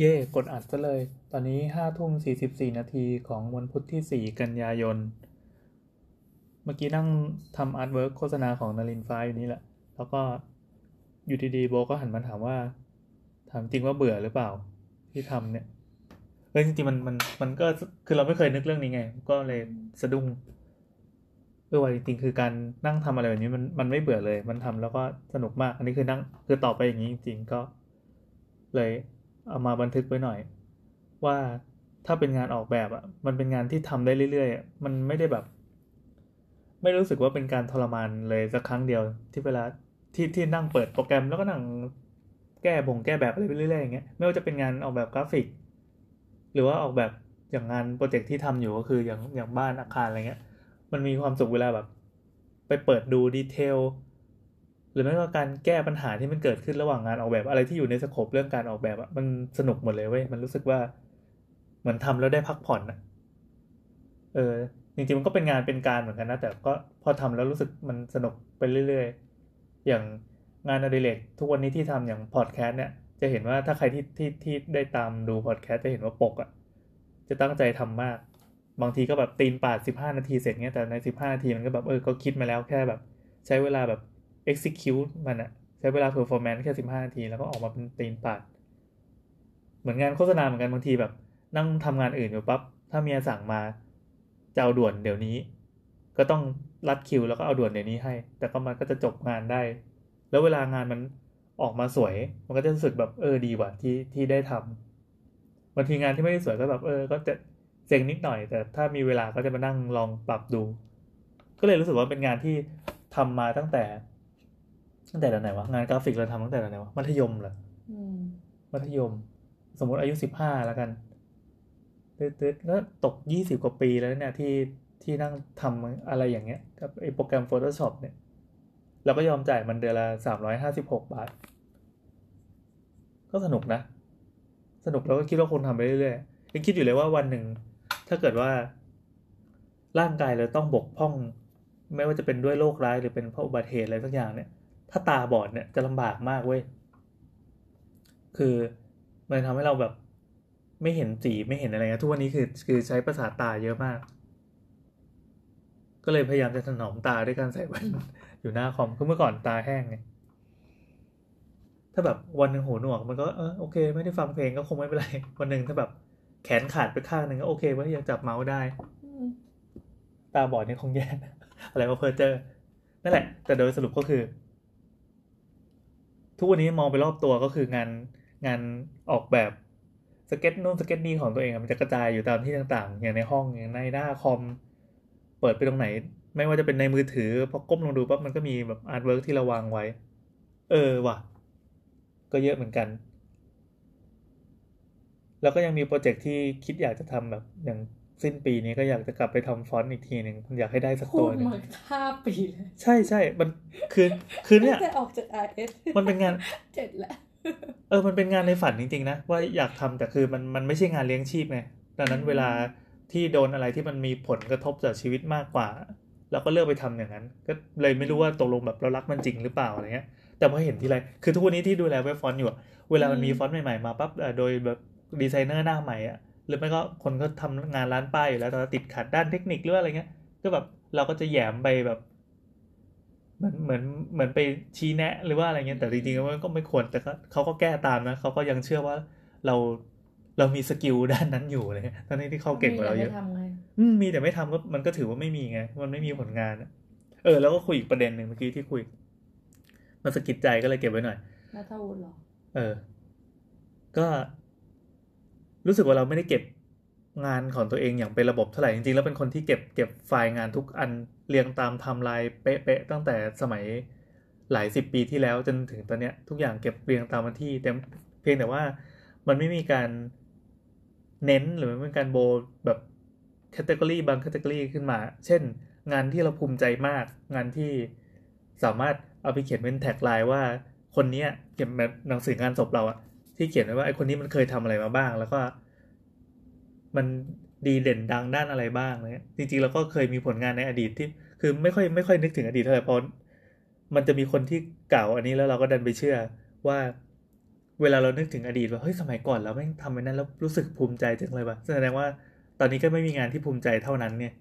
เย่กดอัดซะเลยตอนนี้5:44 นาทีของวันพุธที่4 กันยายนเมื่อกี้นั่งทำอาร์ตเวิร์กโฆษณาของนลินฟ้าอยู่นี่แหละแล้วก็อยู่ดีๆโบก็หันมาถามว่าถามจริงว่าเบื่อหรือเปล่าที่ทำเนี่ยจริงๆมันก็คือเราไม่เคยนึกเรื่องนี้ไงก็เลยสะดุ้งว่าจริงๆคือการนั่งทำอะไรแบบนี้มันไม่เบื่อเลยมันทำแล้วก็สนุกมากอันนี้คือนั่งคือต่อไปอย่างนี้จริงๆก็เลยเอามาบันทึกไว้หน่อยว่าถ้าเป็นงานออกแบบอ่ะมันเป็นงานที่ทำได้เรื่อยๆมันไม่ได้แบบไม่รู้สึกว่าเป็นการทรมานเลยสักครั้งเดียวที่เวลาที่นั่งเปิดโปรแกรมแล้วก็นั่งแก้แบบอะไรไปเรื่อยๆอย่างเงี้ยไม่ว่าจะเป็นงานออกแบบกราฟิกหรือว่าออกแบบอย่างงานโปรเจกต์ที่ทำอยู่ก็คืออย่างบ้านอาคารอะไรเงี้ยมันมีความสุขเวลาแบบไปเปิดดูดีเทลหรือไม่ว่าการแก้ปัญหาที่มันเกิดขึ้นระหว่างงานออกแบบอะไรที่อยู่ในสโคปเรื่องการออกแบบอ่ะมันสนุกหมดเลยเว้ยมันรู้สึกว่าเหมือนทำแล้วได้พักผ่อนอ่ะจริงๆมันก็เป็นงานเป็นการเหมือนกันนะแต่ก็พอทำแล้วรู้สึกมันสนุกไปเรื่อยๆอย่างงานอดิเรกทุกวันนี้ที่ทำอย่างพอดแคสต์เนี่ยจะเห็นว่าถ้าใครที่ได้ตามดูพอดแคสต์จะเห็นว่าปกอ่ะจะตั้งใจทำมากบางทีก็แบบตีนป่าด15 นาทีเสร็จเงี้ยแต่ใน15 นาทีมันก็แบบก็คิดมาแล้วแค่แบบใช้เวลาแบบ execute มันอ่ะใช้เวลา performance แค่15 นาทีแล้วก็ออกมาเป็นตีนป่าดเหมือนงานโฆษณาเหมือนกันบางทีแบบนั่งทำงานอื่นอยู่ปั๊บถ้าเมียสั่งมาจะเอาด่วนเดี๋ยวนี้ก็ต้องรัดคิวแล้วก็เอาด่วนเดี๋ยวนี้ให้แต่ก็มันก็จะจบงานได้แล้วเวลางานมันออกมาสวยมันก็จะรู้สึกแบบดีว่ะที่ได้ทำบางทีงานที่ไม่ได้สวยก็แบบก็จะเซ็งนิดหน่อยแต่ถ้ามีเวลาก็จะมานั่งลองปรับดูก็เลยรู้สึกว่าเป็นงานที่ทำมาตั้งแต่ตอนไหนวะงานกราฟิกเราทำตั้งแต่ตอนไหนวะมัธยมเหรอมัธยมสมมติอายุ15แล้วกันตืดๆก็ตก20 กว่าปีแล้วเนี่ยที่นั่งทำอะไรอย่างเงี้ยกับไอ้โปรแกรม Photoshop เนี่ยเราก็ยอมจ่ายมันเดือนละ356 บาทก็สนุกนะสนุกแล้วก็คิดว่าคนทำไปเรื่อยๆยังคิดอยู่เลยว่าวันหนึ่งถ้าเกิดว่าร่างกายเราต้องบกพร่องไม่ว่าจะเป็นด้วยโรคร้ายหรือเป็นเพราะอุบัติเหตุอะไรสักอย่างเนี่ยถ้าตาบอดเนี่ยจะลำบากมากเว้ยคือมันทำให้เราแบบไม่เห็นสีไม่เห็นอะไรเงี้ยทุกวันนี้คือใช้ประสาทตาเยอะมากก็เลยพยายามจะถนอมตาด้วยการใส่แว่นอยู่หน้าคอมคือเมื่อก่อนตาแห้งไงถ้าแบบวันหนึ่งหูหนวกมันก็โอเคไม่ได้ฟังเพลงก็คงไม่เป็นไรวันหนึ่งถ้าแบบแขนขาดไปข้างหนึ่งก็โอเคว่ายังจับเมาส์ได้ตาบอดนี่คงแย่อะไรก็เพอเจอนั่นแหละแต่โดยสรุปก็คือทุกวันนี้มองไปรอบตัวก็คืองานออกแบบสเก็ตนู่นสเก็ตนี่ของตัวเองมันจะกระจายอยู่ตามที่ต่างๆอย่างในห้องอย่างในหน้าคอมเปิดไปตรงไหนไม่ว่าจะเป็นในมือถือพอก้มลงดูปั๊บมันก็มีแบบอาร์ตเวิร์กที่เราวางไว้ว่ะก็เยอะเหมือนกันแล้วก็ยังมีโปรเจกต์ที่คิดอยากจะทำแบบอย่างสิ้นปีนี้ก็อยากจะกลับไปทำฟอนต์อีกทีหนึ่งอยากให้ได้สักพูตัวดหนึ่งมา5 ปีเลยใช่ใช่มันคือตั้เนี่ยงแต่ออกจาก RS มันเป็นงาน 7แล้วมันเป็นงานในฝันจริงๆนะว่าอยากทำแต่คือมันไม่ใช่งานเลี้ยงชีพไงดังนั้นเวลาที่โดนอะไรที่มันมีผลกระทบต่อชีวิตมากกว่าเราก็เลือกไปทำอย่างนั้นก็เลยไม่รู้ว่าตกลงแบบเรารักมันจริงหรือเปล่าอะไรเงี้ยแต่พอเห็นทีไรคือทุกวันนี้ที่ดูแลเว็บฟอนต์อยู่เวลามันมีฟอนต์ใหม่ๆมาปั๊บโดยแบบดีไซเนอร์หน้าใหม่อ่ะหรือไม่ก็คนก็ทำงานร้านป้ายอยู่แล้วแต่ติดขัดด้านเทคนิคหรืออะไรเงี้ยก็แบบเราก็จะแยมไปแบบเหมือนไปชี้แนะหรือว่าอะไรเงี้ยแต่จริงๆมันก็ไม่ควรแต่ก็เขาก็แก้ตามนะเขาก็ยังเชื่อว่าเราเรามีสกิลด้านนั้นอยู่อะไรเงี้ยทั้งที่เขาเก่งกว่าเราเยอะมีแต่ไม่ทำไงมีแต่ไม่ทำก็มันก็ถือว่าไม่มีไงมันไม่มีผลงานแล้วก็คุยอีกประเด็นหนึ่งเมื่อกี้ที่คุยมันสะกิดใจก็เลยเก็บไว้หน่อยนัทวุฒิเหรอเออก็รู้สึกว่าเราไม่ได้เก็บงานของตัวเองอย่างเป็นระบบเท่าไหร่จริงๆแล้วเป็นคนที่เก็บไฟล์งานทุกอันเรียงตามไทม์ไลน์เป๊ะๆตั้งแต่สมัยหลาย10 ปีที่แล้วจนถึงตอนเนี้ยทุกอย่างเก็บเรียงตามวันที่แต่เพียงแต่ว่ามันไม่มีการเน้นหรือไม่มีการโบแบบแคตตากรีบางแคตตากรีขึ้นมาเช่นงานที่เราภูมิใจมากงานที่สามารถเอาไปเขียนเป็นแท็กไลน์ว่าคนนี้เขียนแบบหนังสืองานศพเราอะ ที่เขียนไว้ว่าไอ้คนนี้มันเคยทำอะไรมาบ้างแล้วก็มันดีเด่นดังด้านอะไรบ้างเนี่ยจริงๆเราก็เคยมีผลงานในอดีตที่คือไม่ค่อยนึกถึงอดีตเท่าไหร่เพราะมันจะมีคนที่กล่าวอันนี้แล้วเราก็ดันไปเชื่อว่าเวลาเรานึกถึงอดีตว่าเฮ้ยสมัยก่อนเราแม่งทำไปนั้นแล้วรู้สึกภูมิใจจังเลยว่ะแสดงว่าตอนนี้ก็ไม่มีงานที่ภูมิใจเท่านั้นเนี่ย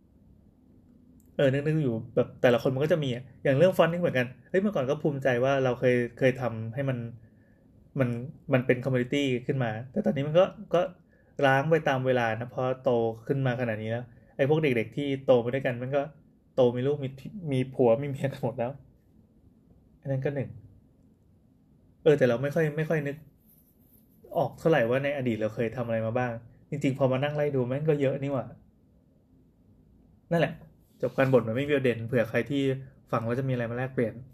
นึกอยู่แบบแต่ละคนมันก็จะมีอย่างเรื่องฟอนต์นี่เหมือนกันเฮ้ยเมื่อก่อนก็ภูมิใจว่าเราเคยทำให้มันมันเป็นคอมมูนิตี้ขึ้นมาแต่ตอนนี้มันก็ร้างไปตามเวลานะเพราะโตขึ้นมาขนาดนี้แล้วไอ้พวกเด็กๆที่โตมาด้วยกันมันก็โตมีลูกมีผัวมีเมียกันหมดแล้วอันนั้นก็หนึ่งแต่เราไม่ค่อยนึกออกเท่าไหร่ว่าในอดีตเราเคยทำอะไรมาบ้างจริงๆพอมานั่งไล่ดูแม่งก็เยอะนี่หว่านั่นแหละจบการบ่นมันไม่มีประเด็นเผื่อใครที่ฟังแล้วจะมีอะไรมาแลกเปลี่ยน